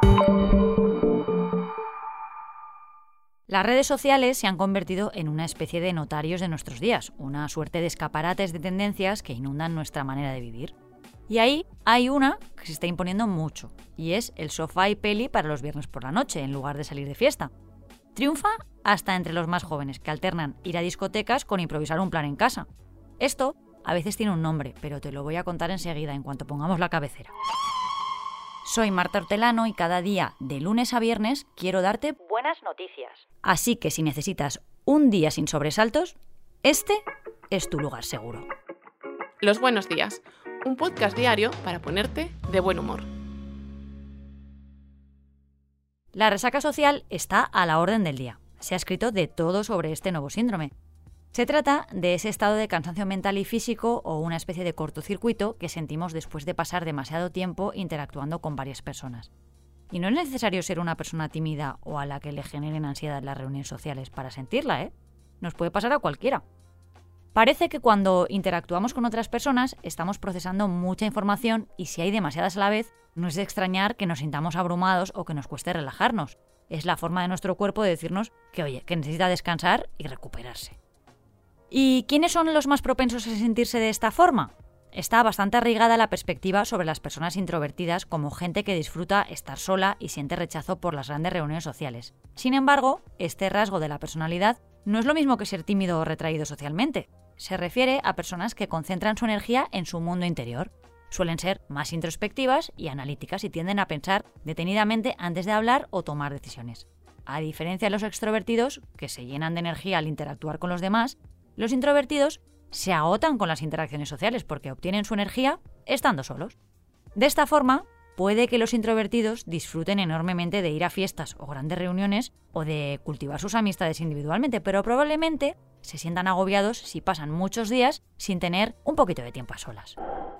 Las redes sociales se han convertido en una especie de notarios de nuestros días, una suerte de escaparates de tendencias que inundan nuestra manera de vivir. Y ahí hay una que se está imponiendo mucho, y es el sofá y peli para los viernes por la noche, en lugar de salir de fiesta. Triunfa hasta entre los más jóvenes, que alternan ir a discotecas con improvisar un plan en casa. Esto a veces tiene un nombre, pero te lo voy a contar enseguida, en cuanto pongamos la cabecera. Soy Marta Hortelano y cada día, de lunes a viernes, quiero darte buenas noticias. Así que si necesitas un día sin sobresaltos, este es tu lugar seguro. Los buenos días, un podcast diario para ponerte de buen humor. La resaca social está a la orden del día. Se ha escrito de todo sobre este nuevo síndrome. Se trata de ese estado de cansancio mental y físico o una especie de cortocircuito que sentimos después de pasar demasiado tiempo interactuando con varias personas. Y no es necesario ser una persona tímida o a la que le generen ansiedad las reuniones sociales para sentirla, ¿eh? Nos puede pasar a cualquiera. Parece que cuando interactuamos con otras personas estamos procesando mucha información y si hay demasiadas a la vez, no es de extrañar que nos sintamos abrumados o que nos cueste relajarnos. Es la forma de nuestro cuerpo de decirnos que necesita descansar y recuperarse. ¿Y quiénes son los más propensos a sentirse de esta forma? Está bastante arraigada la perspectiva sobre las personas introvertidas como gente que disfruta estar sola y siente rechazo por las grandes reuniones sociales. Sin embargo, este rasgo de la personalidad no es lo mismo que ser tímido o retraído socialmente. Se refiere a personas que concentran su energía en su mundo interior. Suelen ser más introspectivas y analíticas y tienden a pensar detenidamente antes de hablar o tomar decisiones. A diferencia de los extrovertidos, que se llenan de energía al interactuar con los demás, los introvertidos se agotan con las interacciones sociales porque obtienen su energía estando solos. De esta forma, puede que los introvertidos disfruten enormemente de ir a fiestas o grandes reuniones o de cultivar sus amistades individualmente, pero probablemente se sientan agobiados si pasan muchos días sin tener un poquito de tiempo a solas.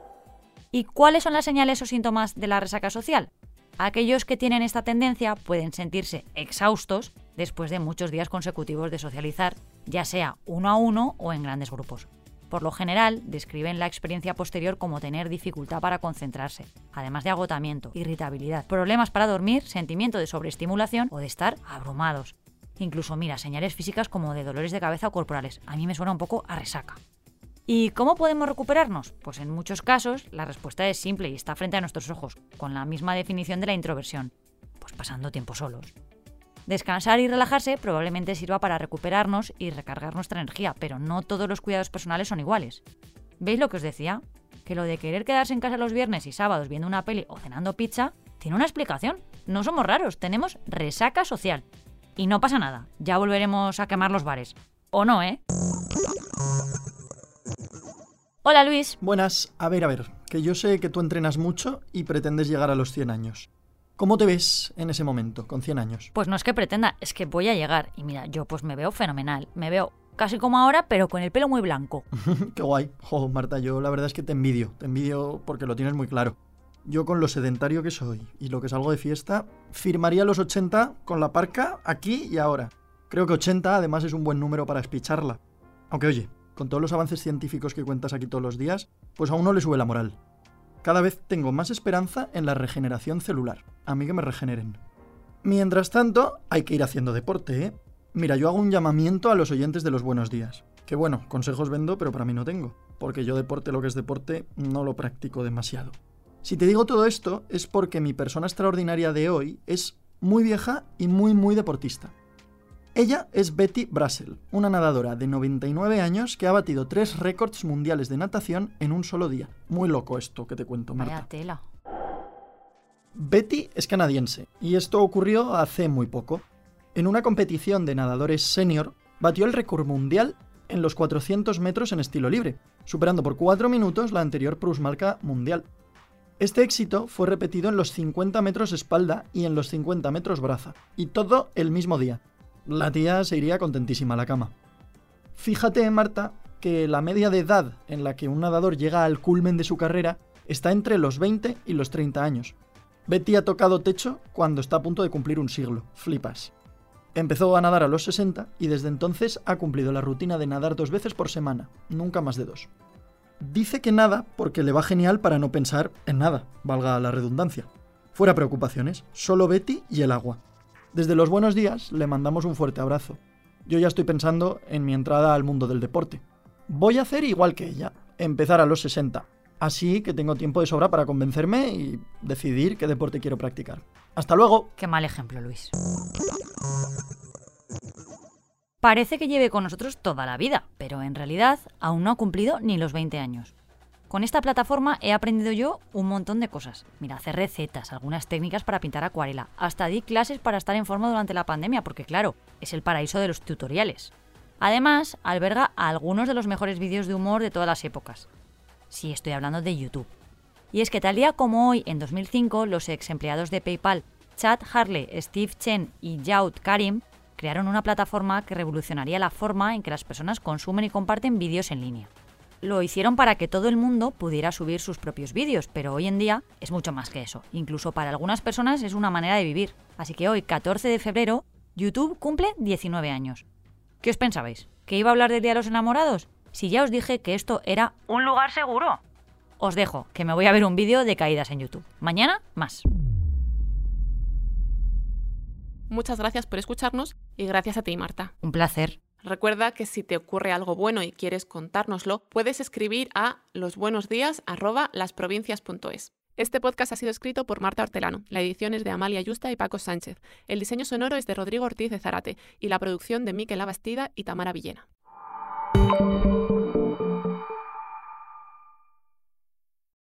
¿Y cuáles son las señales o síntomas de la resaca social? Aquellos que tienen esta tendencia pueden sentirse exhaustos después de muchos días consecutivos de socializar, ya sea uno a uno o en grandes grupos. Por lo general, describen la experiencia posterior como tener dificultad para concentrarse, además de agotamiento, irritabilidad, problemas para dormir, sentimiento de sobreestimulación o de estar abrumados. Incluso, señales físicas como de dolores de cabeza o corporales. A mí me suena un poco a resaca. ¿Y cómo podemos recuperarnos? Pues en muchos casos la respuesta es simple y está frente a nuestros ojos, con la misma definición de la introversión. Pues pasando tiempo solos. Descansar y relajarse probablemente sirva para recuperarnos y recargar nuestra energía, pero no todos los cuidados personales son iguales. ¿Veis lo que os decía? Que lo de querer quedarse en casa los viernes y sábados viendo una peli o cenando pizza tiene una explicación. No somos raros, tenemos resaca social. Y no pasa nada, ya volveremos a quemar los bares. ¿O no, eh? Hola, Luis. Buenas. A ver, que yo sé que tú entrenas mucho y pretendes llegar a los 100 años. ¿Cómo te ves en ese momento, con 100 años? Pues no es que pretenda, es que voy a llegar. Y mira, yo pues me veo fenomenal. Me veo casi como ahora, pero con el pelo muy blanco. Qué guay. Marta, yo la verdad es que te envidio. Te envidio porque lo tienes muy claro. Yo con lo sedentario que soy y lo que salgo de fiesta, firmaría los 80 con la parca aquí y ahora. Creo que 80 además es un buen número para espicharla. Aunque oye, con todos los avances científicos que cuentas aquí todos los días, pues a uno le sube la moral. Cada vez tengo más esperanza en la regeneración celular. A mí que me regeneren. Mientras tanto, hay que ir haciendo deporte, ¿eh? Mira, yo hago un llamamiento a los oyentes de los buenos días. Que bueno, consejos vendo, pero para mí no tengo. Porque yo deporte, lo que es deporte, no lo practico demasiado. Si te digo todo esto, es porque mi persona extraordinaria de hoy es muy vieja y muy deportista. Ella es Betty Brassel, una nadadora de 99 años que ha batido 3 récords mundiales de natación en un solo día. Muy loco esto que te cuento, Marta. Vaya tela. Betty es canadiense y esto ocurrió hace muy poco. En una competición de nadadores senior, batió el récord mundial en los 400 metros en estilo libre, superando por 4 minutos la anterior plusmarca mundial. Este éxito fue repetido en los 50 metros espalda y en los 50 metros braza, y todo el mismo día. La tía se iría contentísima a la cama. Fíjate, Marta, que la media de edad en la que un nadador llega al culmen de su carrera está entre los 20 y los 30 años. Betty ha tocado techo cuando está a punto de cumplir un siglo. Flipas. Empezó a nadar a los 60 y desde entonces ha cumplido la rutina de nadar 2 veces por semana, nunca más de 2. Dice que nada porque le va genial para no pensar en nada, valga la redundancia. Fuera preocupaciones, solo Betty y el agua. Desde los buenos días le mandamos un fuerte abrazo. Yo ya estoy pensando en mi entrada al mundo del deporte. Voy a hacer igual que ella, empezar a los 60. Así que tengo tiempo de sobra para convencerme y decidir qué deporte quiero practicar. ¡Hasta luego! Qué mal ejemplo, Luis. Parece que lleve con nosotros toda la vida, pero en realidad aún no ha cumplido ni los 20 años. Con esta plataforma he aprendido yo un montón de cosas. Mira, hacer recetas, algunas técnicas para pintar acuarela, hasta di clases para estar en forma durante la pandemia, porque claro, es el paraíso de los tutoriales. Además, alberga algunos de los mejores vídeos de humor de todas las épocas. Sí, estoy hablando de YouTube. Y es que tal día como hoy, en 2005, los ex empleados de PayPal, Chad Hurley, Steve Chen y Jawed Karim, crearon una plataforma que revolucionaría la forma en que las personas consumen y comparten vídeos en línea. Lo hicieron para que todo el mundo pudiera subir sus propios vídeos, pero hoy en día es mucho más que eso. Incluso para algunas personas es una manera de vivir. Así que hoy, 14 de febrero, YouTube cumple 19 años. ¿Qué os pensabais? ¿Que iba a hablar del Día de los Enamorados? Si ya os dije que esto era un lugar seguro. Os dejo, que me voy a ver un vídeo de caídas en YouTube. Mañana, más. Muchas gracias por escucharnos y gracias a ti, Marta. Un placer. Recuerda que si te ocurre algo bueno y quieres contárnoslo, puedes escribir a losbuenosdias@lasprovincias.es. Este podcast ha sido escrito por Marta Hortelano, la edición es de Amalia Yusta y Paco Sánchez, el diseño sonoro es de Rodrigo Ortiz de Zárate y la producción de Mikel Labastida y Tamara Villena.